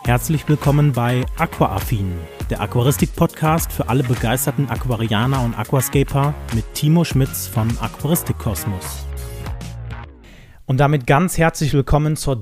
Herzlich willkommen bei Aquaaffin, der Aquaristik-Podcast für alle begeisterten Aquarianer und Aquascaper mit Timo Schmitz vom Aquaristik-Kosmos. Und damit ganz herzlich willkommen zur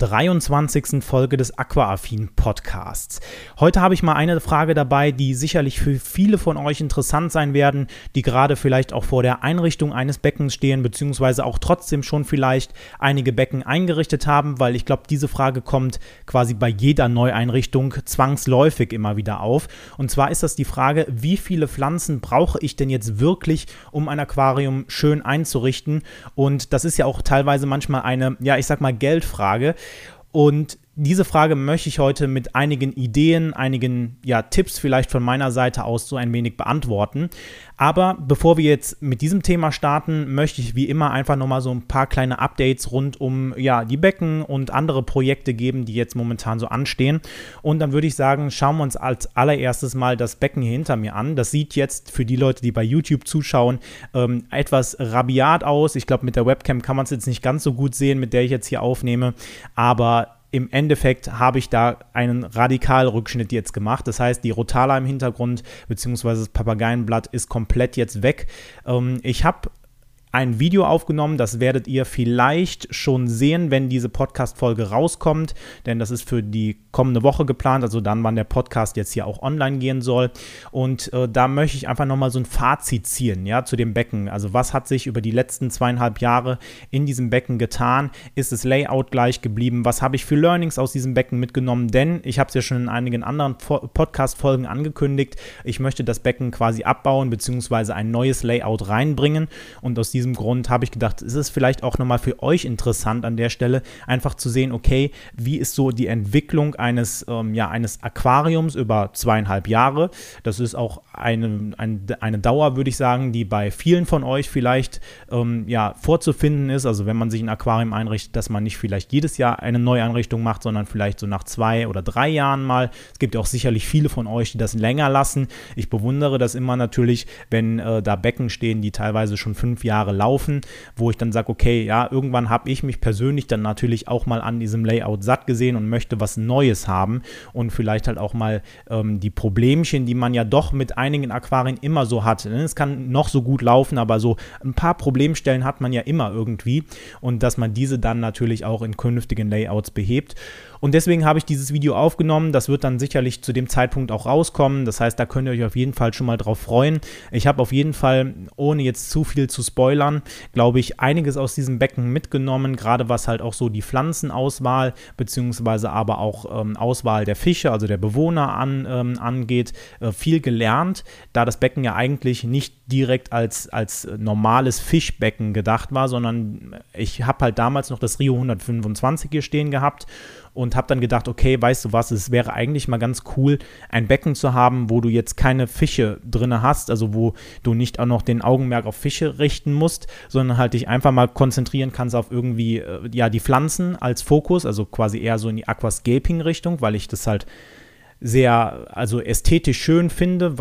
23. Folge des Aquaaffin-Podcasts. Heute habe ich mal eine Frage dabei, die sicherlich für viele von euch interessant sein werden, die gerade vielleicht auch vor der Einrichtung eines Beckens stehen, beziehungsweise auch trotzdem schon vielleicht einige Becken eingerichtet haben, weil ich glaube, diese Frage kommt quasi bei jeder Neueinrichtung zwangsläufig immer wieder auf. Und zwar ist das die Frage, wie viele Pflanzen brauche ich denn jetzt wirklich, um ein Aquarium schön einzurichten? Und das ist ja auch teilweise manchmal eine, ich sag mal, Geldfrage. Und diese Frage möchte ich heute mit einigen Ideen, einigen Tipps vielleicht von meiner Seite aus so ein wenig beantworten. Aber bevor wir jetzt mit diesem Thema starten, möchte ich wie immer einfach nochmal so ein paar kleine Updates rund um die Becken und andere Projekte geben, die jetzt momentan so anstehen. Und dann würde ich sagen, schauen wir uns als allererstes mal das Becken hier hinter mir an. Das sieht jetzt für die Leute, die bei YouTube zuschauen, etwas rabiat aus. Ich glaube, mit der Webcam kann man es jetzt nicht ganz so gut sehen, mit der ich jetzt hier aufnehme. Aber im Endeffekt habe ich da einen Radikalrückschnitt jetzt gemacht. Das heißt, die Rotala im Hintergrund bzw. das Papageienblatt ist komplett jetzt weg. Ich habe ein Video aufgenommen, das werdet ihr vielleicht schon sehen, wenn diese Podcast-Folge rauskommt, denn das ist für die kommende Woche geplant, also dann, wann der Podcast jetzt hier auch online gehen soll. Und da möchte ich einfach nochmal so ein Fazit ziehen, zu dem Becken. Also was hat sich über die letzten 2,5 Jahre in diesem Becken getan? Ist das Layout gleich geblieben? Was habe ich für Learnings aus diesem Becken mitgenommen? Denn ich habe es ja schon in einigen anderen Podcast-Folgen angekündigt, ich möchte das Becken quasi abbauen bzw. ein neues Layout reinbringen, und aus diesem Grund habe ich gedacht, es ist vielleicht auch nochmal für euch interessant an der Stelle, einfach zu sehen, okay, wie ist so die Entwicklung eines Aquariums über 2,5 Jahre. Das ist auch eine Dauer, würde ich sagen, die bei vielen von euch vielleicht vorzufinden ist. Also wenn man sich ein Aquarium einrichtet, dass man nicht vielleicht jedes Jahr eine Neueinrichtung macht, sondern vielleicht so nach 2 oder 3 Jahren mal. Es gibt ja auch sicherlich viele von euch, die das länger lassen. Ich bewundere das immer natürlich, wenn da Becken stehen, die teilweise schon 5 Jahre laufen, wo ich dann sage, okay, irgendwann habe ich mich persönlich dann natürlich auch mal an diesem Layout satt gesehen und möchte was Neues haben und vielleicht halt auch mal die Problemchen, die man ja doch mit einigen Aquarien immer so hat. Es kann noch so gut laufen, aber so ein paar Problemstellen hat man ja immer irgendwie, und dass man diese dann natürlich auch in künftigen Layouts behebt. Und deswegen habe ich dieses Video aufgenommen. Das wird dann sicherlich zu dem Zeitpunkt auch rauskommen. Das heißt, da könnt ihr euch auf jeden Fall schon mal drauf freuen. Ich habe auf jeden Fall, ohne jetzt zu viel zu spoilern, glaube ich, einiges aus diesem Becken mitgenommen, gerade was halt auch so die Pflanzenauswahl beziehungsweise aber auch Auswahl der Fische, also der Bewohner angeht, viel gelernt, da das Becken ja eigentlich nicht direkt als normales Fischbecken gedacht war, sondern ich habe halt damals noch das Rio 125 hier stehen gehabt und habe dann gedacht, okay, weißt du was, es wäre eigentlich mal ganz cool, ein Becken zu haben, wo du jetzt keine Fische drin hast, also wo du nicht auch noch den Augenmerk auf Fische richten musst, sondern halt dich einfach mal konzentrieren kannst auf irgendwie, die Pflanzen als Fokus, also quasi eher so in die Aquascaping-Richtung, weil ich das halt sehr, ästhetisch schön finde,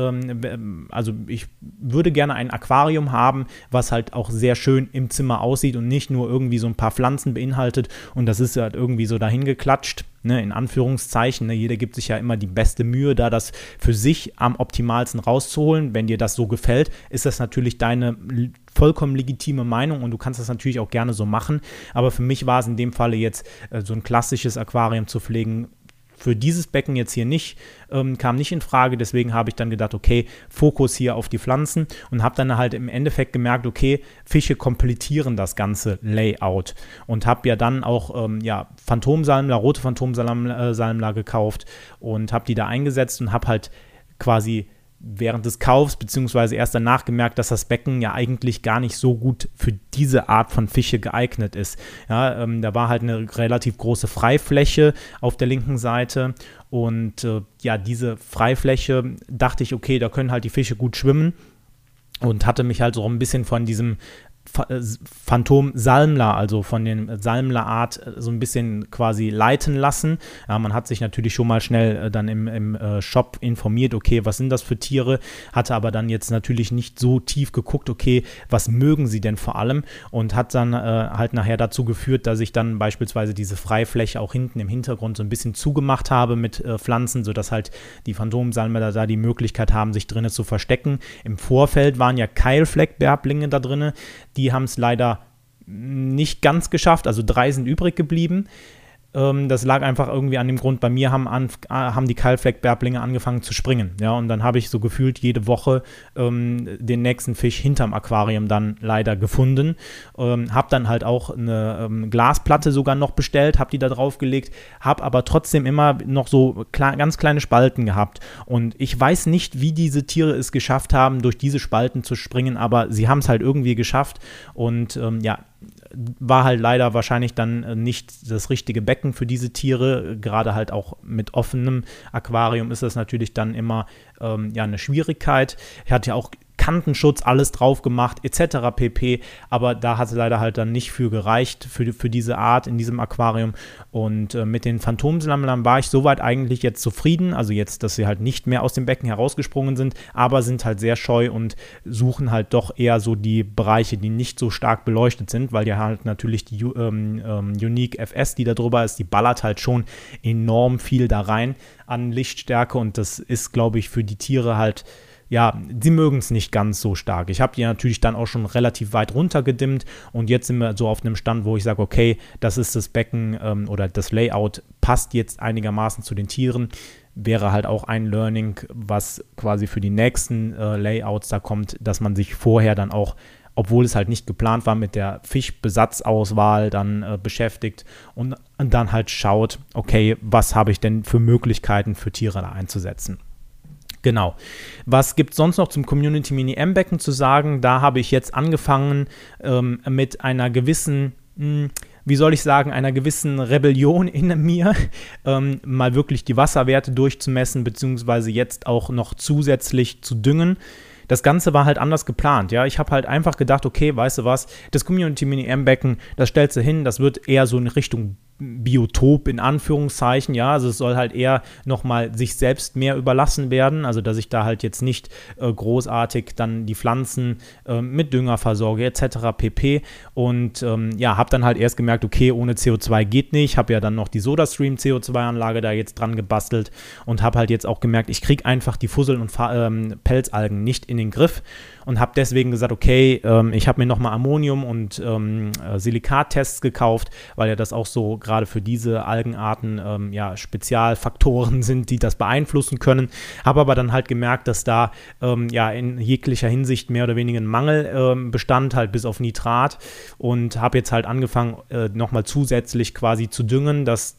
ich würde gerne ein Aquarium haben, was halt auch sehr schön im Zimmer aussieht und nicht nur irgendwie so ein paar Pflanzen beinhaltet, und das ist halt irgendwie so dahin geklatscht, in Anführungszeichen, jeder gibt sich ja immer die beste Mühe, da das für sich am optimalsten rauszuholen. Wenn dir das so gefällt, ist das natürlich deine vollkommen legitime Meinung und du kannst das natürlich auch gerne so machen, aber für mich war es in dem Falle jetzt so ein klassisches Aquarium zu pflegen, für dieses Becken jetzt hier nicht, kam nicht in Frage, deswegen habe ich dann gedacht, okay, Fokus hier auf die Pflanzen, und habe dann halt im Endeffekt gemerkt, okay, Fische komplettieren das ganze Layout, und habe ja dann auch Phantomsalmler, rote Phantomsalmler gekauft und habe die da eingesetzt und habe halt quasi während des Kaufs beziehungsweise erst danach gemerkt, dass das Becken ja eigentlich gar nicht so gut für diese Art von Fische geeignet ist. Da war halt eine relativ große Freifläche auf der linken Seite, und diese Freifläche dachte ich, okay, da können halt die Fische gut schwimmen, und hatte mich halt so ein bisschen von diesem Phantom Salmler, also von den Salmler-Art so ein bisschen quasi leiten lassen. Ja, man hat sich natürlich schon mal schnell dann im Shop informiert, okay, was sind das für Tiere, hatte aber dann jetzt natürlich nicht so tief geguckt, okay, was mögen sie denn vor allem, und hat dann halt nachher dazu geführt, dass ich dann beispielsweise diese Freifläche auch hinten im Hintergrund so ein bisschen zugemacht habe mit Pflanzen, sodass halt die Phantomsalmler da die Möglichkeit haben, sich drinnen zu verstecken. Im Vorfeld waren ja Keilfleckbärblinge da drinnen, die haben es leider nicht ganz geschafft, also 3 sind übrig geblieben. Das lag einfach irgendwie an dem Grund, bei mir haben die Keilfleckbärblinge angefangen zu springen. Ja, und dann habe ich so gefühlt jede Woche den nächsten Fisch hinterm Aquarium dann leider gefunden. Habe dann halt auch eine Glasplatte sogar noch bestellt, habe die da drauf gelegt, habe aber trotzdem immer noch so ganz kleine Spalten gehabt. Und ich weiß nicht, wie diese Tiere es geschafft haben, durch diese Spalten zu springen, aber sie haben es halt irgendwie geschafft. Und war halt leider wahrscheinlich dann nicht das richtige Becken für diese Tiere. Gerade halt auch mit offenem Aquarium ist das natürlich dann immer eine Schwierigkeit. Ich hatte ja auch Kantenschutz, alles drauf gemacht, etc. pp. Aber da hat es leider halt dann nicht für gereicht, für diese Art in diesem Aquarium. Und mit den Phantomsalmlern war ich soweit eigentlich jetzt zufrieden. Also jetzt, dass sie halt nicht mehr aus dem Becken herausgesprungen sind, aber sind halt sehr scheu und suchen halt doch eher so die Bereiche, die nicht so stark beleuchtet sind, weil ja halt natürlich die Unique FS, die da drüber ist, die ballert halt schon enorm viel da rein an Lichtstärke, und das ist, glaube ich, für die Tiere halt, ja, sie mögen es nicht ganz so stark. Ich habe die natürlich dann auch schon relativ weit runtergedimmt, und jetzt sind wir so auf einem Stand, wo ich sage, okay, das ist das Becken oder das Layout passt jetzt einigermaßen zu den Tieren. Wäre halt auch ein Learning, was quasi für die nächsten Layouts da kommt, dass man sich vorher dann auch, obwohl es halt nicht geplant war, mit der Fischbesatzauswahl dann beschäftigt und dann halt schaut, okay, was habe ich denn für Möglichkeiten für Tiere da einzusetzen. Genau. Was gibt es sonst noch zum Community Mini M-Becken zu sagen? Da habe ich jetzt angefangen mit einer gewissen, wie soll ich sagen, einer gewissen Rebellion in mir, mal wirklich die Wasserwerte durchzumessen, beziehungsweise jetzt auch noch zusätzlich zu düngen. Das Ganze war halt anders geplant, ja. Ich habe halt einfach gedacht, okay, weißt du was, das Community Mini M-Becken, das stellst du hin, das wird eher so in Richtung Biotop in Anführungszeichen, ja, also es soll halt eher nochmal sich selbst mehr überlassen werden, also dass ich da halt jetzt nicht großartig dann die Pflanzen mit Dünger versorge etc. pp. Und habe dann halt erst gemerkt, okay, ohne CO2 geht nicht, habe ja dann noch die SodaStream CO2-Anlage da jetzt dran gebastelt und habe halt jetzt auch gemerkt, ich kriege einfach die Fussel- und Pelzalgen nicht in den Griff und habe deswegen gesagt, okay, ich habe mir nochmal Ammonium- und Silikattests gekauft, weil ja das auch so gerade für diese Algenarten Spezialfaktoren sind, die das beeinflussen können. Habe aber dann halt gemerkt, dass da in jeglicher Hinsicht mehr oder weniger ein Mangel bestand, halt bis auf Nitrat, und habe jetzt halt angefangen, nochmal zusätzlich quasi zu düngen, dass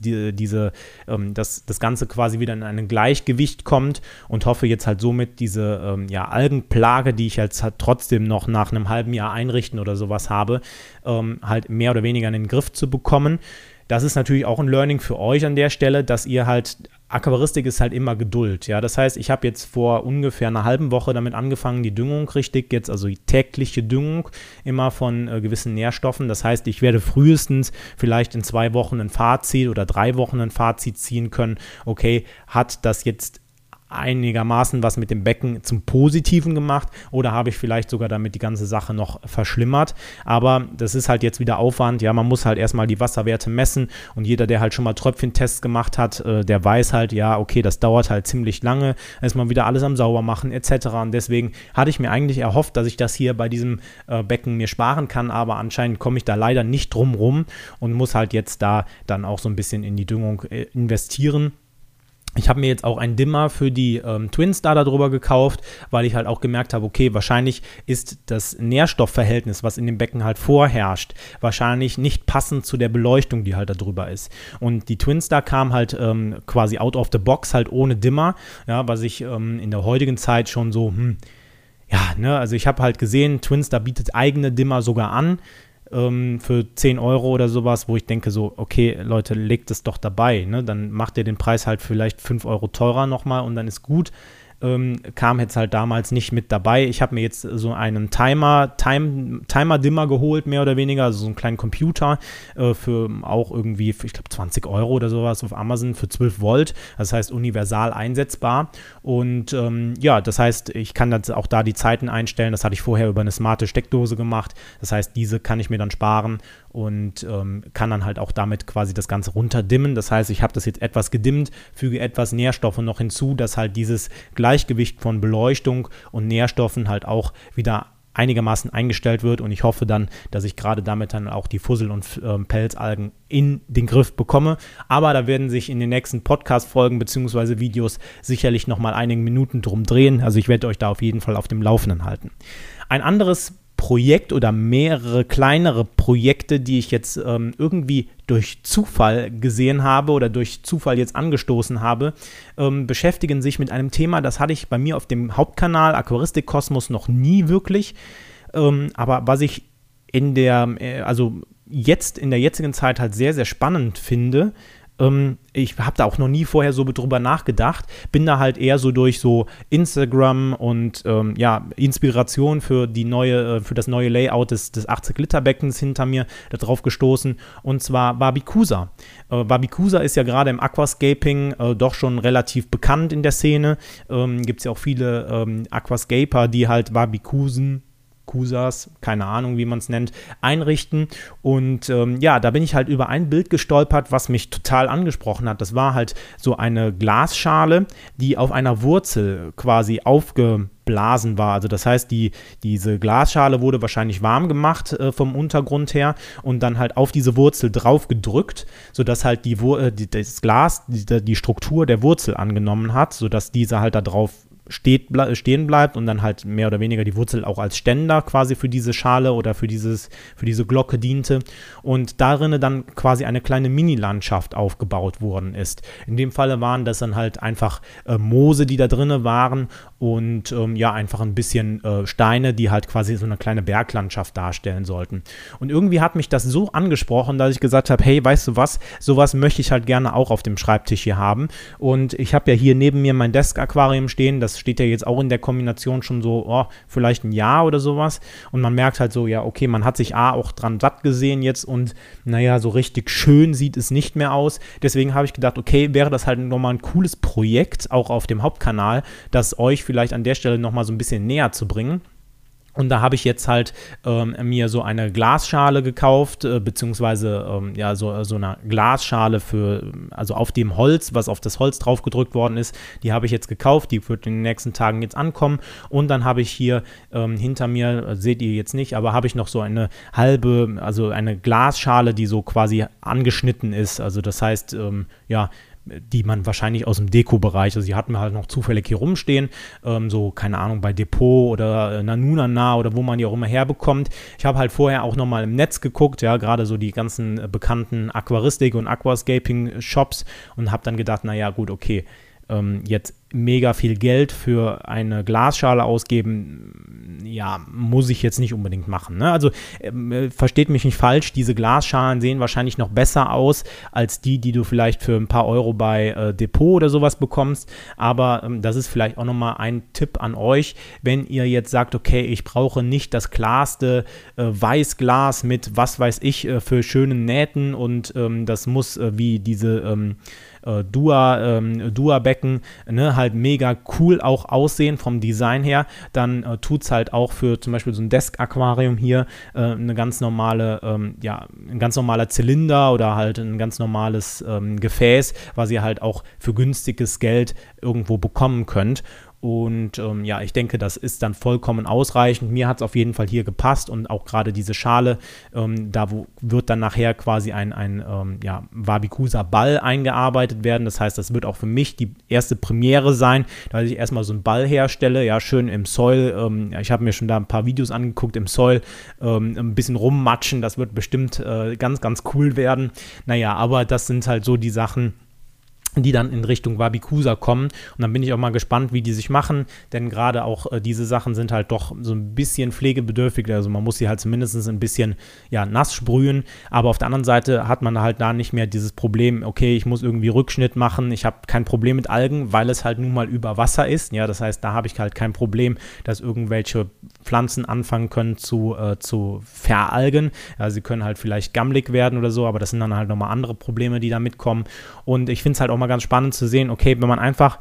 das Ganze quasi wieder in ein Gleichgewicht kommt, und hoffe jetzt halt somit diese Algenplage, die ich jetzt halt trotzdem noch nach einem halben Jahr einrichten oder sowas habe, halt mehr oder weniger in den Griff zu bekommen. Das ist natürlich auch ein Learning für euch an der Stelle, dass ihr halt, Aquaristik ist halt immer Geduld, ja, das heißt, ich habe jetzt vor ungefähr einer halben Woche damit angefangen, die Düngung richtig, jetzt also die tägliche Düngung, immer von gewissen Nährstoffen, das heißt, ich werde frühestens vielleicht in 2 Wochen ein Fazit oder 3 Wochen ein Fazit ziehen können, okay, hat das jetzt einigermaßen was mit dem Becken zum Positiven gemacht, oder habe ich vielleicht sogar damit die ganze Sache noch verschlimmert, aber das ist halt jetzt wieder Aufwand, ja, man muss halt erstmal die Wasserwerte messen, und jeder, der halt schon mal Tröpfchentests gemacht hat, der weiß halt, ja, okay, das dauert halt ziemlich lange, erstmal wieder alles am Saubermachen etc. und deswegen hatte ich mir eigentlich erhofft, dass ich das hier bei diesem Becken mir sparen kann, aber anscheinend komme ich da leider nicht drum rum und muss halt jetzt da dann auch so ein bisschen in die Düngung investieren. Ich habe mir jetzt auch einen Dimmer für die Twinstar darüber gekauft, weil ich halt auch gemerkt habe, okay, wahrscheinlich ist das Nährstoffverhältnis, was in dem Becken halt vorherrscht, wahrscheinlich nicht passend zu der Beleuchtung, die halt da drüber ist. Und die Twinstar kam halt quasi out of the box, halt ohne Dimmer, ja, was ich in der heutigen Zeit schon so, also ich habe halt gesehen, Twinstar bietet eigene Dimmer sogar an, für 10 Euro oder sowas, wo ich denke so, okay, Leute, legt es doch dabei, ne? Dann macht ihr den Preis halt vielleicht 5 Euro teurer nochmal und dann ist gut. kam jetzt halt damals nicht mit dabei. Ich habe mir jetzt so einen Timer-Dimmer geholt, mehr oder weniger, also so einen kleinen Computer für auch irgendwie, ich glaube 20 Euro oder sowas auf Amazon für 12 Volt, das heißt universal einsetzbar und das heißt, ich kann jetzt auch da die Zeiten einstellen, das hatte ich vorher über eine smarte Steckdose gemacht, das heißt, diese kann ich mir dann sparen und kann dann halt auch damit quasi das Ganze runterdimmen, das heißt, ich habe das jetzt etwas gedimmt, füge etwas Nährstoffe noch hinzu, dass halt dieses Gleichgewicht von Beleuchtung und Nährstoffen halt auch wieder einigermaßen eingestellt wird und ich hoffe dann, dass ich gerade damit dann auch die Fussel- und Pelzalgen in den Griff bekomme, aber da werden sich in den nächsten Podcast-Folgen bzw. Videos sicherlich nochmal einige Minuten drum drehen, also ich werde euch da auf jeden Fall auf dem Laufenden halten. Ein anderes Projekt oder mehrere kleinere Projekte, die ich jetzt irgendwie durch Zufall gesehen habe oder durch Zufall jetzt angestoßen habe, beschäftigen sich mit einem Thema, das hatte ich bei mir auf dem Hauptkanal Aquaristik Kosmos noch nie wirklich, aber was ich in der jetzigen Zeit halt sehr, sehr spannend finde, ich habe da auch noch nie vorher so drüber nachgedacht, bin da halt eher so durch so Instagram und Inspiration für das neue Layout des 80-Liter-Beckens hinter mir da drauf gestoßen und zwar Barbicusa. Barbicusa ist ja gerade im Aquascaping doch schon relativ bekannt in der Szene. Gibt es ja auch viele Aquascaper, die halt Kusas, keine Ahnung, wie man es nennt, einrichten und da bin ich halt über ein Bild gestolpert, was mich total angesprochen hat. Das war halt so eine Glasschale, die auf einer Wurzel quasi aufgeblasen war. Also das heißt, diese Glasschale wurde wahrscheinlich warm gemacht vom Untergrund her und dann halt auf diese Wurzel drauf gedrückt, sodass halt das Glas die Struktur der Wurzel angenommen hat, sodass diese halt da drauf stehen bleibt und dann halt mehr oder weniger die Wurzel auch als Ständer quasi für diese Schale oder für diese Glocke diente und darin dann quasi eine kleine Mini-Landschaft aufgebaut worden ist. In dem Falle waren das dann halt einfach Moose, die da drin waren und einfach ein bisschen Steine, die halt quasi so eine kleine Berglandschaft darstellen sollten. Und irgendwie hat mich das so angesprochen, dass ich gesagt habe, hey, weißt du was, sowas möchte ich halt gerne auch auf dem Schreibtisch hier haben und ich habe ja hier neben mir mein Desk-Aquarium stehen, das steht ja jetzt auch in der Kombination schon so, vielleicht ein Jahr oder sowas und man merkt halt so, ja, okay, man hat sich auch dran satt gesehen jetzt und naja, so richtig schön sieht es nicht mehr aus. Deswegen habe ich gedacht, okay, wäre das halt nochmal ein cooles Projekt, auch auf dem Hauptkanal, das euch vielleicht an der Stelle nochmal so ein bisschen näher zu bringen. Und da habe ich jetzt halt mir so eine Glasschale gekauft, beziehungsweise so eine Glasschale also auf dem Holz, was auf das Holz drauf gedrückt worden ist, die habe ich jetzt gekauft, die wird in den nächsten Tagen jetzt ankommen und dann habe ich hier hinter mir, seht ihr jetzt nicht, aber habe ich noch so eine eine Glasschale, die so quasi angeschnitten ist, also das heißt, die man wahrscheinlich aus dem Deko-Bereich, also die hatten wir halt noch zufällig hier rumstehen, so, keine Ahnung, bei Depot oder Nanunana oder wo man die auch immer herbekommt. Ich habe halt vorher auch nochmal im Netz geguckt, ja, gerade so die ganzen bekannten Aquaristik- und Aquascaping-Shops und habe dann gedacht, naja, gut, okay, jetzt mega viel Geld für eine Glasschale ausgeben, ja, muss ich jetzt nicht unbedingt machen, ne? Also versteht mich nicht falsch, diese Glasschalen sehen wahrscheinlich noch besser aus als die du vielleicht für ein paar Euro bei Depot oder sowas bekommst, aber das ist vielleicht auch nochmal ein Tipp an euch, wenn ihr jetzt sagt, okay, ich brauche nicht das klarste Weißglas mit was weiß ich für schönen Nähten und das muss wie diese Dua-Becken, ne, halt mega cool auch aussehen vom Design her, dann tut's halt auch für zum Beispiel so ein Desk-Aquarium hier ein ganz normaler Zylinder oder halt ein ganz normales Gefäß, was ihr halt auch für günstiges Geld irgendwo bekommen könnt. Und ich denke, das ist dann vollkommen ausreichend. Mir hat es auf jeden Fall hier gepasst und auch gerade diese Schale, wird dann nachher quasi ein Barbicusa-Ball eingearbeitet werden. Das heißt, das wird auch für mich die erste Premiere sein, dass ich erstmal so einen Ball herstelle, ja, schön im Soil. Ich habe mir schon da ein paar Videos angeguckt, im Soil ein bisschen rummatschen. Das wird bestimmt ganz, ganz cool werden. Naja, aber das sind halt so die Sachen, die dann in Richtung Wabicusa kommen. Und dann bin ich auch mal gespannt, wie die sich machen, denn gerade auch diese Sachen sind halt doch so ein bisschen pflegebedürftig, also man muss sie halt zumindest ein bisschen nass sprühen, aber auf der anderen Seite hat man halt da nicht mehr dieses Problem, okay, ich muss irgendwie Rückschnitt machen, ich habe kein Problem mit Algen, weil es halt nun mal über Wasser ist, ja, das heißt, da habe ich halt kein Problem, dass irgendwelche Pflanzen anfangen können zu veralgen, ja, sie können halt vielleicht gammelig werden oder so, aber das sind dann halt nochmal andere Probleme, die da mitkommen und ich finde es halt auch mal ganz spannend zu sehen, okay, wenn man einfach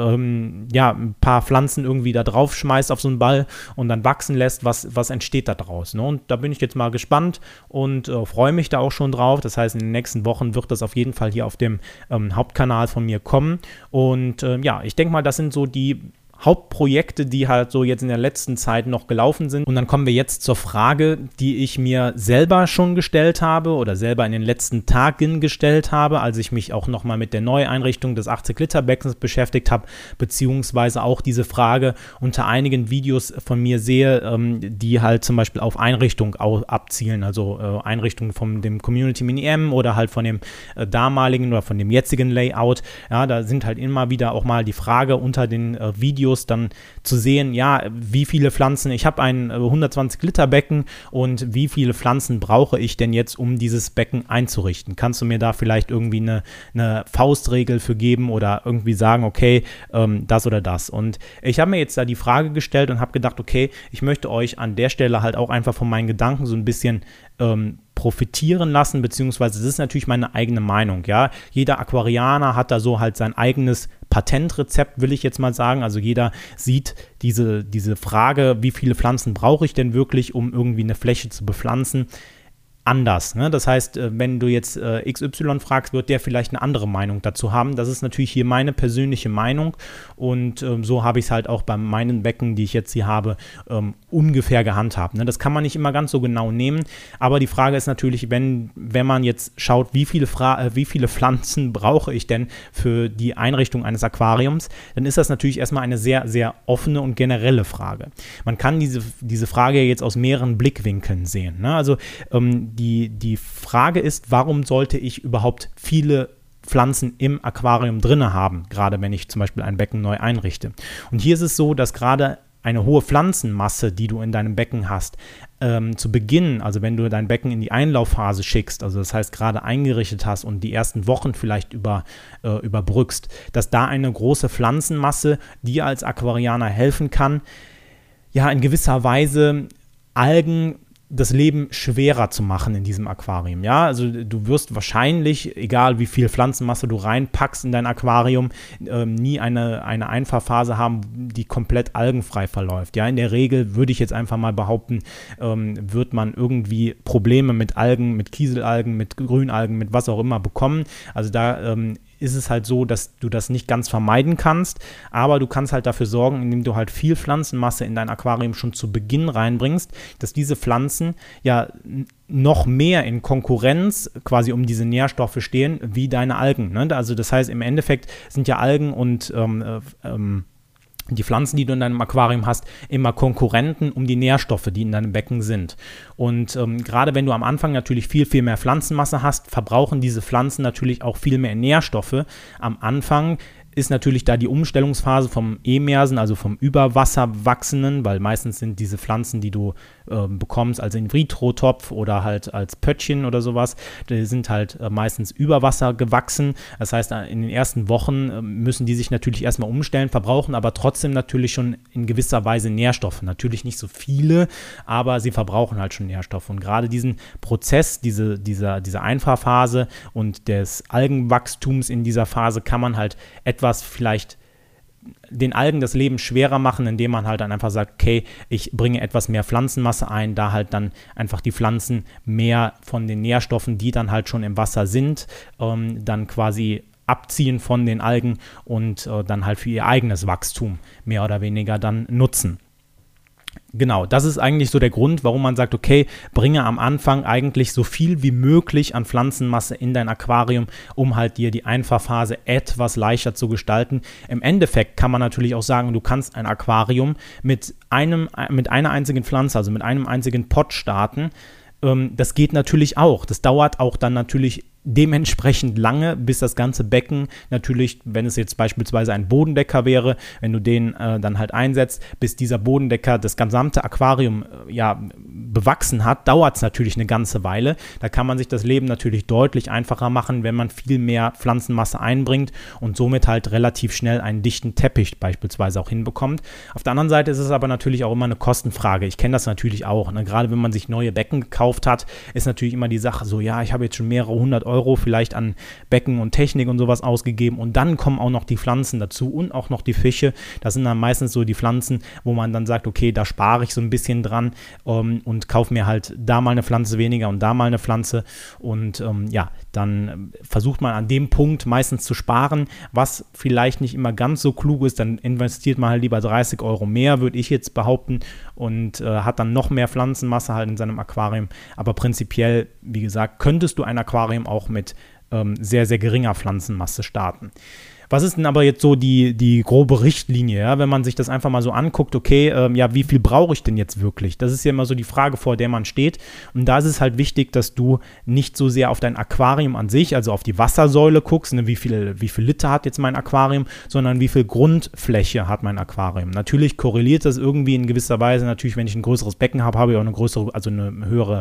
ein paar Pflanzen irgendwie da drauf schmeißt auf so einen Ball und dann wachsen lässt, was entsteht da draus, ne? Und da bin ich jetzt mal gespannt und freue mich da auch schon drauf. Das heißt, in den nächsten Wochen wird das auf jeden Fall hier auf dem Hauptkanal von mir kommen und ich denke mal, das sind so die Hauptprojekte, die halt so jetzt in der letzten Zeit noch gelaufen sind. Und dann kommen wir jetzt zur Frage, die ich mir selber schon gestellt habe oder selber in den letzten Tagen gestellt habe, als ich mich auch nochmal mit der Neueinrichtung des 80-Liter-Beckens beschäftigt habe, beziehungsweise auch diese Frage unter einigen Videos von mir sehe, die halt zum Beispiel auf Einrichtung abzielen, also Einrichtung von dem Community Mini M oder halt von dem damaligen oder von dem jetzigen Layout. Ja, da sind halt immer wieder auch mal die Frage unter den Videos dann zu sehen, ja, wie viele Pflanzen, ich habe ein 120-Liter-Becken und wie viele Pflanzen brauche ich denn jetzt, um dieses Becken einzurichten? Kannst du mir da vielleicht irgendwie eine Faustregel für geben oder irgendwie sagen, okay, das oder das? Und ich habe mir jetzt da die Frage gestellt und habe gedacht, okay, ich möchte euch an der Stelle halt auch einfach von meinen Gedanken so ein bisschen profitieren lassen, beziehungsweise das ist natürlich meine eigene Meinung, ja. Jeder Aquarianer hat da so halt sein eigenes Patentrezept, will ich jetzt mal sagen. Also jeder sieht diese Frage, wie viele Pflanzen brauche ich denn wirklich, um irgendwie eine Fläche zu bepflanzen, anders, ne? Das heißt, wenn du jetzt XY fragst, wird der vielleicht eine andere Meinung dazu haben. Das ist natürlich hier meine persönliche Meinung und so habe ich es halt auch bei meinen Becken, die ich jetzt hier habe, ungefähr gehandhabt, ne? Das kann man nicht immer ganz so genau nehmen, aber die Frage ist natürlich, wenn man jetzt schaut, wie viele Pflanzen brauche ich denn für die Einrichtung eines Aquariums, dann ist das natürlich erstmal eine sehr, sehr offene und generelle Frage. Man kann diese Frage jetzt aus mehreren Blickwinkeln sehen, ne? Also die Frage ist, warum sollte ich überhaupt viele Pflanzen im Aquarium drin haben, gerade wenn ich zum Beispiel ein Becken neu einrichte. Und hier ist es so, dass gerade eine hohe Pflanzenmasse, die du in deinem Becken hast, zu Beginn, also wenn du dein Becken in die Einlaufphase schickst, also das heißt gerade eingerichtet hast und die ersten Wochen vielleicht überbrückst, dass da eine große Pflanzenmasse dir als Aquarianer helfen kann, ja in gewisser Weise Algen das Leben schwerer zu machen in diesem Aquarium, ja, also du wirst wahrscheinlich, egal wie viel Pflanzenmasse du reinpackst in dein Aquarium, nie eine Einfahrphase haben, die komplett algenfrei verläuft, ja, in der Regel würde ich jetzt einfach mal behaupten, wird man irgendwie Probleme mit Algen, mit Kieselalgen, mit Grünalgen, mit was auch immer bekommen, also da ist es halt so, dass du das nicht ganz vermeiden kannst, aber du kannst halt dafür sorgen, indem du halt viel Pflanzenmasse in dein Aquarium schon zu Beginn reinbringst, dass diese Pflanzen ja noch mehr in Konkurrenz quasi um diese Nährstoffe stehen, wie deine Algen, ne? Also das heißt, im Endeffekt sind ja Algen und die Pflanzen, die du in deinem Aquarium hast, immer Konkurrenten um die Nährstoffe, die in deinem Becken sind. Und gerade wenn du am Anfang natürlich viel, viel mehr Pflanzenmasse hast, verbrauchen diese Pflanzen natürlich auch viel mehr Nährstoffe. Am Anfang ist natürlich da die Umstellungsphase vom Emersen, also vom Überwasserwachsenden, weil meistens sind diese Pflanzen, die du bekommst als In-vitro-Topf oder halt als Pöttchen oder sowas, die sind halt meistens über Wasser gewachsen. Das heißt, in den ersten Wochen müssen die sich natürlich erstmal umstellen, verbrauchen aber trotzdem natürlich schon in gewisser Weise Nährstoffe. Natürlich nicht so viele, aber sie verbrauchen halt schon Nährstoffe. Und gerade diesen Prozess, diese Einfahrphase und des Algenwachstums in dieser Phase kann man halt etwas vielleicht den Algen das Leben schwerer machen, indem man halt dann einfach sagt, okay, ich bringe etwas mehr Pflanzenmasse ein, da halt dann einfach die Pflanzen mehr von den Nährstoffen, die dann halt schon im Wasser sind, dann quasi abziehen von den Algen und dann halt für ihr eigenes Wachstum mehr oder weniger dann nutzen. Genau, das ist eigentlich so der Grund, warum man sagt, okay, bringe am Anfang eigentlich so viel wie möglich an Pflanzenmasse in dein Aquarium, um halt dir die Einfahrphase etwas leichter zu gestalten. Im Endeffekt kann man natürlich auch sagen, du kannst ein Aquarium mit einer einzigen Pflanze, also mit einem einzigen Pot starten. Das geht natürlich auch. Das dauert auch dann natürlich dementsprechend lange, bis das ganze Becken natürlich, wenn es jetzt beispielsweise ein Bodendecker wäre, wenn du den dann halt einsetzt, bis dieser Bodendecker das gesamte Aquarium bewachsen hat, dauert es natürlich eine ganze Weile. Da kann man sich das Leben natürlich deutlich einfacher machen, wenn man viel mehr Pflanzenmasse einbringt und somit halt relativ schnell einen dichten Teppich beispielsweise auch hinbekommt. Auf der anderen Seite ist es aber natürlich auch immer eine Kostenfrage. Ich kenne das natürlich auch, ne? Gerade wenn man sich neue Becken gekauft hat, ist natürlich immer die Sache so, ja, ich habe jetzt schon mehrere 100 Euro vielleicht an Becken und Technik und sowas ausgegeben und dann kommen auch noch die Pflanzen dazu und auch noch die Fische. Das sind dann meistens so die Pflanzen, wo man dann sagt, okay, da spare ich so ein bisschen dran und kaufe mir halt da mal eine Pflanze weniger und da mal eine Pflanze und dann versucht man an dem Punkt meistens zu sparen, was vielleicht nicht immer ganz so klug ist, dann investiert man halt lieber 30 Euro mehr, würde ich jetzt behaupten, und hat dann noch mehr Pflanzenmasse halt in seinem Aquarium, aber prinzipiell, wie gesagt, könntest du ein Aquarium auch mit sehr, sehr geringer Pflanzenmasse starten. Was ist denn aber jetzt so die grobe Richtlinie, ja? Wenn man sich das einfach mal so anguckt, okay, wie viel brauche ich denn jetzt wirklich? Das ist ja immer so die Frage, vor der man steht. Und da ist es halt wichtig, dass du nicht so sehr auf dein Aquarium an sich, also auf die Wassersäule guckst, ne, wie viel Liter hat jetzt mein Aquarium, sondern wie viel Grundfläche hat mein Aquarium. Natürlich korreliert das irgendwie in gewisser Weise. Natürlich, wenn ich ein größeres Becken habe, habe ich auch eine größere, also eine höhere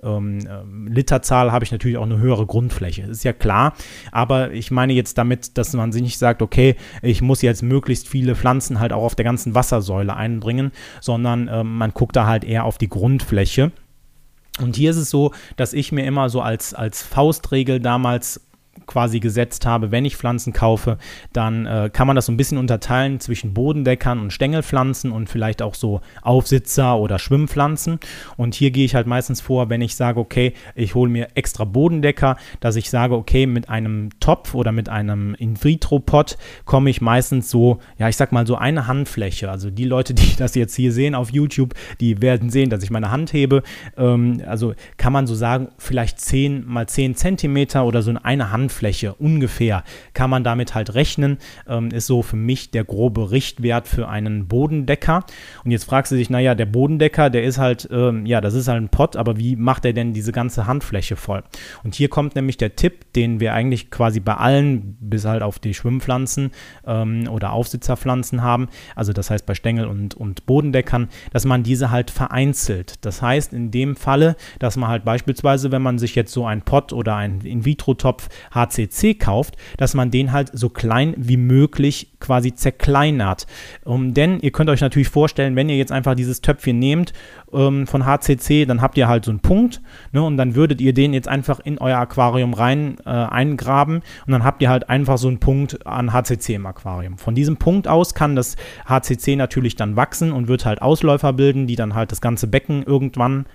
Literzahl, habe ich natürlich auch eine höhere Grundfläche. Das ist ja klar. Aber ich meine jetzt damit, dass man sich nicht sagt, okay, ich muss jetzt möglichst viele Pflanzen halt auch auf der ganzen Wassersäule einbringen, sondern man guckt da halt eher auf die Grundfläche. Und hier ist es so, dass ich mir immer so als Faustregel damals quasi gesetzt habe, wenn ich Pflanzen kaufe, dann kann man das so ein bisschen unterteilen zwischen Bodendeckern und Stängelpflanzen und vielleicht auch so Aufsitzer oder Schwimmpflanzen. Und hier gehe ich halt meistens vor, wenn ich sage, okay, ich hole mir extra Bodendecker, dass ich sage, okay, mit einem Topf oder mit einem In-vitro-Pot komme ich meistens so, ja, ich sag mal so eine Handfläche. Also die Leute, die das jetzt hier sehen auf YouTube, die werden sehen, dass ich meine Hand hebe. Also kann man so sagen, vielleicht 10 mal 10 Zentimeter oder so eine Handfläche ungefähr kann man damit halt rechnen, ist so für mich der grobe Richtwert für einen Bodendecker. Und jetzt fragst du dich, naja, der Bodendecker, der ist halt, das ist halt ein Pott, aber wie macht er denn diese ganze Handfläche voll? Und hier kommt nämlich der Tipp, den wir eigentlich quasi bei allen, bis halt auf die Schwimmpflanzen oder Aufsitzerpflanzen haben, also das heißt bei Stängel und Bodendeckern, dass man diese halt vereinzelt. Das heißt in dem Falle, dass man halt beispielsweise, wenn man sich jetzt so ein Pott oder ein In-vitro-Topf HCC kauft, dass man den halt so klein wie möglich quasi zerkleinert. Denn ihr könnt euch natürlich vorstellen, wenn ihr jetzt einfach dieses Töpfchen nehmt von HCC, dann habt ihr halt so einen Punkt, ne, und dann würdet ihr den jetzt einfach in euer Aquarium rein eingraben und dann habt ihr halt einfach so einen Punkt an HCC im Aquarium. Von diesem Punkt aus kann das HCC natürlich dann wachsen und wird halt Ausläufer bilden, die dann halt das ganze Becken irgendwann,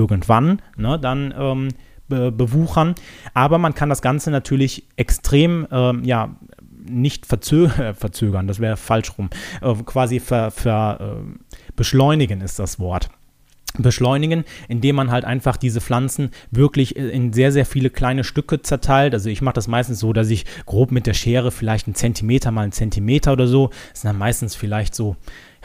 ne, dann bewuchern, aber man kann das Ganze natürlich extrem, nicht verzögern, das wäre falsch rum, quasi beschleunigen ist das Wort. Beschleunigen, indem man halt einfach diese Pflanzen wirklich in sehr, sehr viele kleine Stücke zerteilt. Also ich mache das meistens so, dass ich grob mit der Schere vielleicht 1 Zentimeter mal 1 Zentimeter oder so, das sind dann meistens vielleicht so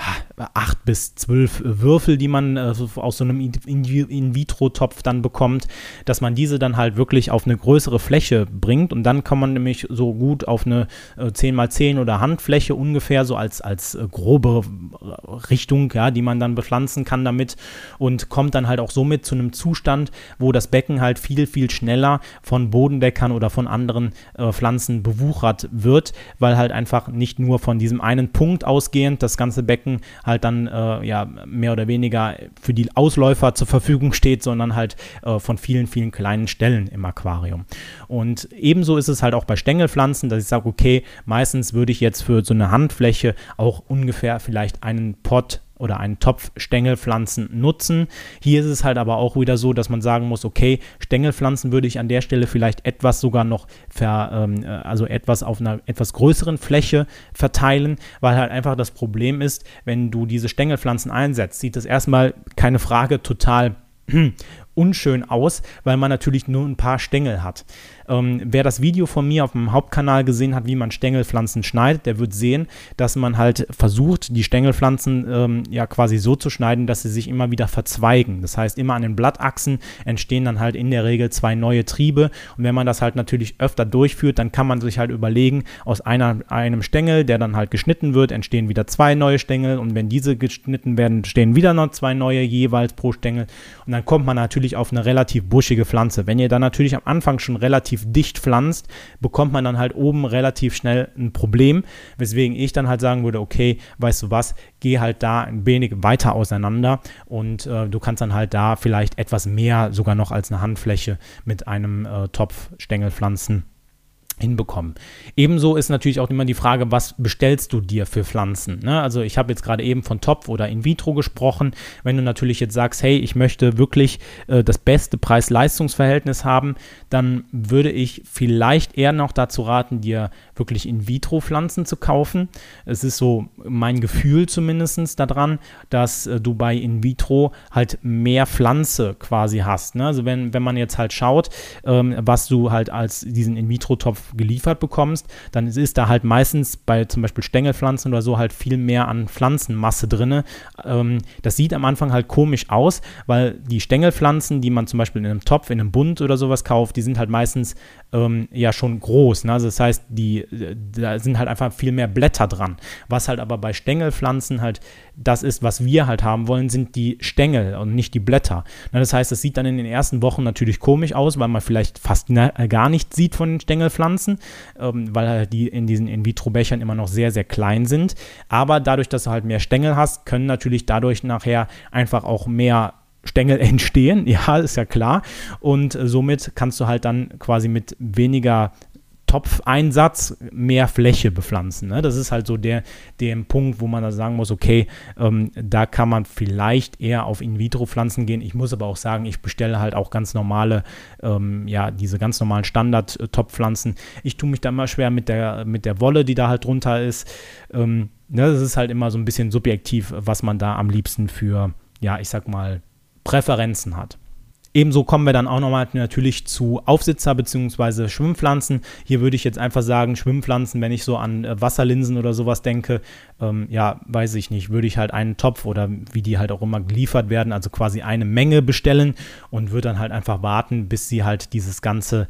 8 bis 12 Würfel, die man aus so einem In-vitro-Topf dann bekommt, dass man diese dann halt wirklich auf eine größere Fläche bringt und dann kann man nämlich so gut auf eine 10x10 oder Handfläche ungefähr so als grobe Richtung, ja, die man dann bepflanzen kann damit und kommt dann halt auch somit zu einem Zustand, wo das Becken halt viel, viel schneller von Bodendeckern oder von anderen Pflanzen bewuchert wird, weil halt einfach nicht nur von diesem einen Punkt ausgehend das ganze Becken halt dann mehr oder weniger für die Ausläufer zur Verfügung steht, sondern halt von vielen, vielen kleinen Stellen im Aquarium. Und ebenso ist es halt auch bei Stängelpflanzen, dass ich sage, okay, meistens würde ich jetzt für so eine Handfläche auch ungefähr vielleicht einen Pott oder einen Topf Stängelpflanzen nutzen. Hier ist es halt aber auch wieder so, dass man sagen muss, okay, Stängelpflanzen würde ich an der Stelle vielleicht etwas sogar noch etwas auf einer etwas größeren Fläche verteilen, weil halt einfach das Problem ist, wenn du diese Stängelpflanzen einsetzt, sieht das erstmal, keine Frage, total unschön aus, weil man natürlich nur ein paar Stängel hat. Wer das Video von mir auf dem Hauptkanal gesehen hat, wie man Stängelpflanzen schneidet, der wird sehen, dass man halt versucht, die Stängelpflanzen ja quasi so zu schneiden, dass sie sich immer wieder verzweigen. Das heißt, immer an den Blattachsen entstehen dann halt in der Regel 2 neue Triebe. Und wenn man das halt natürlich öfter durchführt, dann kann man sich halt überlegen, aus einem Stängel, der dann halt geschnitten wird, entstehen wieder 2 neue Stängel. Und wenn diese geschnitten werden, stehen wieder noch 2 neue jeweils pro Stängel. Und dann kommt man natürlich auf eine relativ buschige Pflanze. Wenn ihr dann natürlich am Anfang schon relativ dicht pflanzt, bekommt man dann halt oben relativ schnell ein Problem, weswegen ich dann halt sagen würde, okay, weißt du was, geh halt da ein wenig weiter auseinander und du kannst dann halt da vielleicht etwas mehr, sogar noch als eine Handfläche mit einem Topf Stängelpflanzen hinbekommen. Ebenso ist natürlich auch immer die Frage, was bestellst du dir für Pflanzen? Ne? Also ich habe jetzt gerade eben von Topf oder in vitro gesprochen. Wenn du natürlich jetzt sagst, hey, ich möchte wirklich das beste Preis-Leistungs-Verhältnis haben, dann würde ich vielleicht eher noch dazu raten, dir wirklich in vitro Pflanzen zu kaufen. Es ist so mein Gefühl zumindest daran, dass du bei in vitro halt mehr Pflanze quasi hast. Ne? Also wenn man jetzt halt schaut, was du halt als diesen in vitro Topf geliefert bekommst, dann ist da halt meistens bei zum Beispiel Stängelpflanzen oder so halt viel mehr an Pflanzenmasse drin. Das sieht am Anfang halt komisch aus, weil die Stängelpflanzen, die man zum Beispiel in einem Topf, in einem Bund oder sowas kauft, die sind halt meistens ja schon groß. Ne? Also das heißt, da sind halt einfach viel mehr Blätter dran. Was halt aber bei Stängelpflanzen halt das ist, was wir halt haben wollen, sind die Stängel und nicht die Blätter. Na, das heißt, das sieht dann in den ersten Wochen natürlich komisch aus, weil man vielleicht fast gar nichts sieht von den Stängelpflanzen, weil halt die in diesen In-vitro-Bechern immer noch sehr, sehr klein sind. Aber dadurch, dass du halt mehr Stängel hast, können natürlich dadurch nachher einfach auch mehr Stängel entstehen, ja, ist ja klar. Und somit kannst du halt dann quasi mit weniger Topfeinsatz mehr Fläche bepflanzen. Ne? Das ist halt so der Punkt, wo man da sagen muss, okay, da kann man vielleicht eher auf In-vitro-Pflanzen gehen. Ich muss aber auch sagen, ich bestelle halt auch ganz normale, diese ganz normalen Standard-Top-Pflanzen. Ich tue mich da immer schwer mit der Wolle, die da halt drunter ist. Das ist halt immer so ein bisschen subjektiv, was man da am liebsten für, ja, ich sag mal, Präferenzen hat. Ebenso kommen wir dann auch nochmal natürlich zu Aufsitzer bzw. Schwimmpflanzen. Hier würde ich jetzt einfach sagen, Schwimmpflanzen, wenn ich so an Wasserlinsen oder sowas denke, weiß ich nicht, würde ich halt einen Topf oder wie die halt auch immer geliefert werden, also quasi eine Menge bestellen und würde dann halt einfach warten, bis sie halt dieses Ganze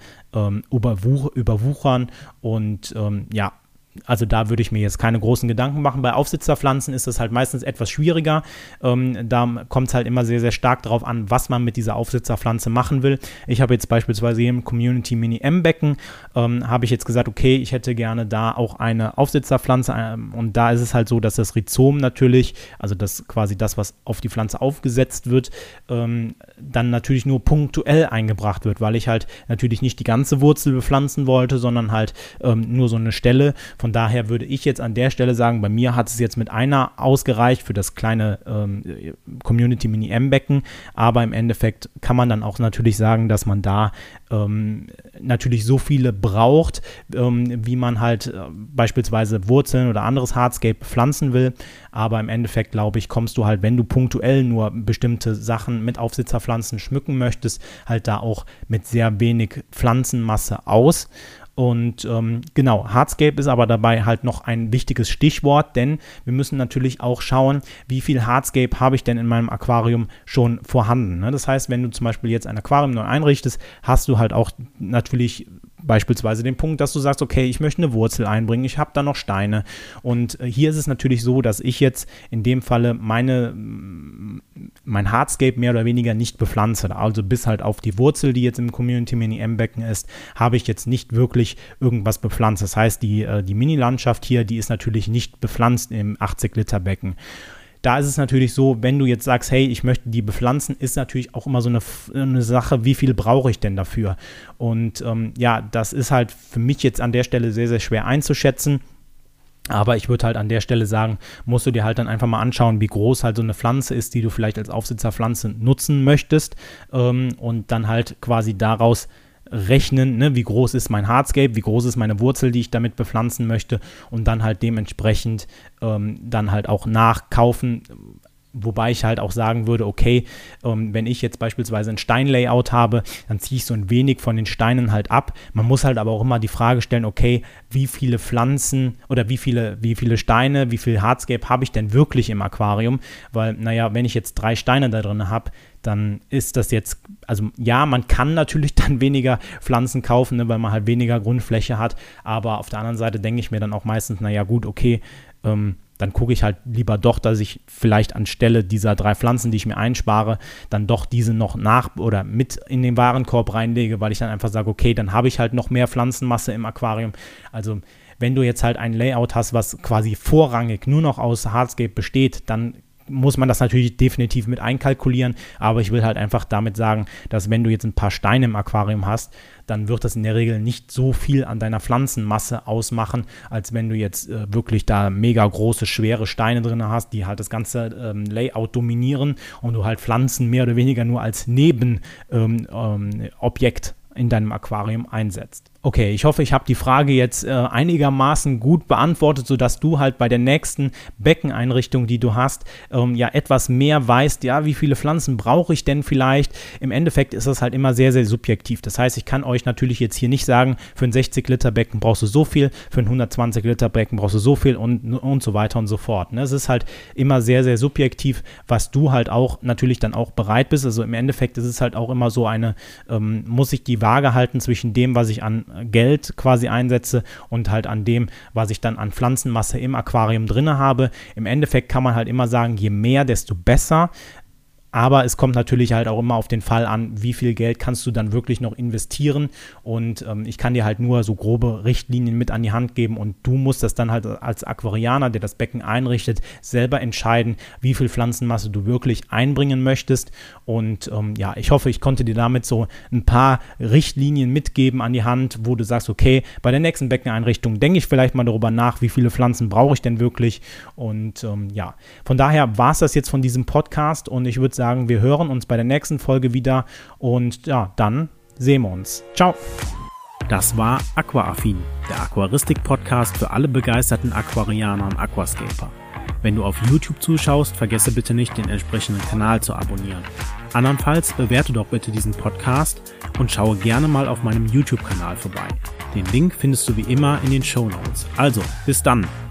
überwuchern und also da würde ich mir jetzt keine großen Gedanken machen. Bei Aufsitzerpflanzen ist das halt meistens etwas schwieriger. Da kommt es halt immer sehr, sehr stark darauf an, was man mit dieser Aufsitzerpflanze machen will. Ich habe jetzt beispielsweise hier im Community Mini M-Becken, habe ich jetzt gesagt, okay, ich hätte gerne da auch eine Aufsitzerpflanze und da ist es halt so, dass das Rhizom natürlich, also das quasi das, was auf die Pflanze aufgesetzt wird, dann natürlich nur punktuell eingebracht wird, weil ich halt natürlich nicht die ganze Wurzel bepflanzen wollte, sondern halt nur so eine Stelle. Von daher würde ich jetzt an der Stelle sagen, bei mir hat es jetzt mit einer ausgereicht für das kleine Community Mini M-Becken, aber im Endeffekt kann man dann auch natürlich sagen, dass man da natürlich so viele braucht, wie man halt beispielsweise Wurzeln oder anderes Hardscape pflanzen will, aber im Endeffekt, glaube ich, kommst du halt, wenn du punktuell nur bestimmte Sachen mit Aufsitzerpflanzen schmücken möchtest, halt da auch mit sehr wenig Pflanzenmasse aus. Und Hardscape ist aber dabei halt noch ein wichtiges Stichwort, denn wir müssen natürlich auch schauen, wie viel Hardscape habe ich denn in meinem Aquarium schon vorhanden. Ne? Das heißt, wenn du zum Beispiel jetzt ein Aquarium neu einrichtest, hast du halt auch natürlich beispielsweise den Punkt, dass du sagst, okay, ich möchte eine Wurzel einbringen, ich habe da noch Steine und hier ist es natürlich so, dass ich jetzt in dem Falle mein Hardscape mehr oder weniger nicht bepflanze, also bis halt auf die Wurzel, die jetzt im Community Mini M-Becken ist, habe ich jetzt nicht wirklich irgendwas bepflanzt. Das heißt, die Mini-Landschaft hier, die ist natürlich nicht bepflanzt im 80-Liter-Becken. Da ist es natürlich so, wenn du jetzt sagst, hey, ich möchte die bepflanzen, ist natürlich auch immer so eine Sache, wie viel brauche ich denn dafür? Und das ist halt für mich jetzt an der Stelle sehr, sehr schwer einzuschätzen. Aber ich würde halt an der Stelle sagen, musst du dir halt dann einfach mal anschauen, wie groß halt so eine Pflanze ist, die du vielleicht als Aufsitzerpflanze nutzen möchtest und dann halt quasi daraus rechnen, ne, wie groß ist mein Hardscape, wie groß ist meine Wurzel, die ich damit bepflanzen möchte und dann halt dementsprechend dann halt auch nachkaufen. Wobei ich halt auch sagen würde, okay, wenn ich jetzt beispielsweise ein Steinlayout habe, dann ziehe ich so ein wenig von den Steinen halt ab. Man muss halt aber auch immer die Frage stellen, okay, wie viele Pflanzen oder wie viele Steine, wie viel Hardscape habe ich denn wirklich im Aquarium? Weil, naja, wenn ich jetzt 3 Steine da drin habe, dann ist das jetzt, also ja, man kann natürlich dann weniger Pflanzen kaufen, ne, weil man halt weniger Grundfläche hat, aber auf der anderen Seite denke ich mir dann auch meistens, naja gut, okay, dann gucke ich halt lieber doch, dass ich vielleicht anstelle dieser 3 Pflanzen, die ich mir einspare, dann doch diese noch oder mit in den Warenkorb reinlege, weil ich dann einfach sage, okay, dann habe ich halt noch mehr Pflanzenmasse im Aquarium. Also wenn du jetzt halt ein Layout hast, was quasi vorrangig nur noch aus Hardscape besteht, dann muss man das natürlich definitiv mit einkalkulieren, aber ich will halt einfach damit sagen, dass wenn du jetzt ein paar Steine im Aquarium hast, dann wird das in der Regel nicht so viel an deiner Pflanzenmasse ausmachen, als wenn du jetzt wirklich da mega große, schwere Steine drin hast, die halt das ganze Layout dominieren und du halt Pflanzen mehr oder weniger nur als Nebenobjekt in deinem Aquarium einsetzt. Okay, ich hoffe, ich habe die Frage jetzt einigermaßen gut beantwortet, sodass du halt bei der nächsten Beckeneinrichtung, die du hast, ja etwas mehr weißt, ja, wie viele Pflanzen brauche ich denn vielleicht? Im Endeffekt ist das halt immer sehr, sehr subjektiv. Das heißt, ich kann euch natürlich jetzt hier nicht sagen, für ein 60-Liter-Becken brauchst du so viel, für ein 120-Liter-Becken brauchst du so viel und so weiter und so fort. Ne? Es ist halt immer sehr, sehr subjektiv, was du halt auch natürlich dann auch bereit bist. Also im Endeffekt ist es halt auch immer so muss ich die Waage halten zwischen dem, was ich an Geld quasi einsetze und halt an dem, was ich dann an Pflanzenmasse im Aquarium drin habe. Im Endeffekt kann man halt immer sagen, je mehr, desto besser. Aber es kommt natürlich halt auch immer auf den Fall an, wie viel Geld kannst du dann wirklich noch investieren, und ich kann dir halt nur so grobe Richtlinien mit an die Hand geben, und du musst das dann halt als Aquarianer, der das Becken einrichtet, selber entscheiden, wie viel Pflanzenmasse du wirklich einbringen möchtest. Und ja, ich hoffe, ich konnte dir damit so ein paar Richtlinien mitgeben an die Hand, wo du sagst, okay, bei der nächsten Beckeneinrichtung denke ich vielleicht mal darüber nach, wie viele Pflanzen brauche ich denn wirklich. Und ja, von daher war es das jetzt von diesem Podcast, und ich würde sagen, wir hören uns bei der nächsten Folge wieder, und ja, dann sehen wir uns. Ciao! Das war Aquaaffin, der Aquaristik-Podcast für alle begeisterten Aquarianer und Aquascaper. Wenn du auf YouTube zuschaust, vergesse bitte nicht, den entsprechenden Kanal zu abonnieren. Andernfalls bewerte doch bitte diesen Podcast und schaue gerne mal auf meinem YouTube-Kanal vorbei. Den Link findest du wie immer in den Shownotes. Also, bis dann!